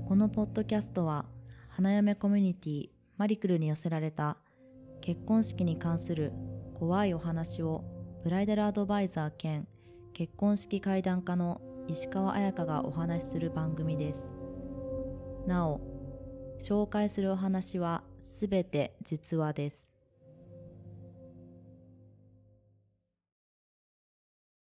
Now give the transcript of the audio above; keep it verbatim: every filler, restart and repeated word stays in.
このポッドキャストは花嫁コミュニティマリクルに寄せられた結婚式に関する怖いお話をブライダルアドバイザー兼結婚式怪談家の石川彩香がお話しする番組です。なお、紹介するお話はすべて実話です。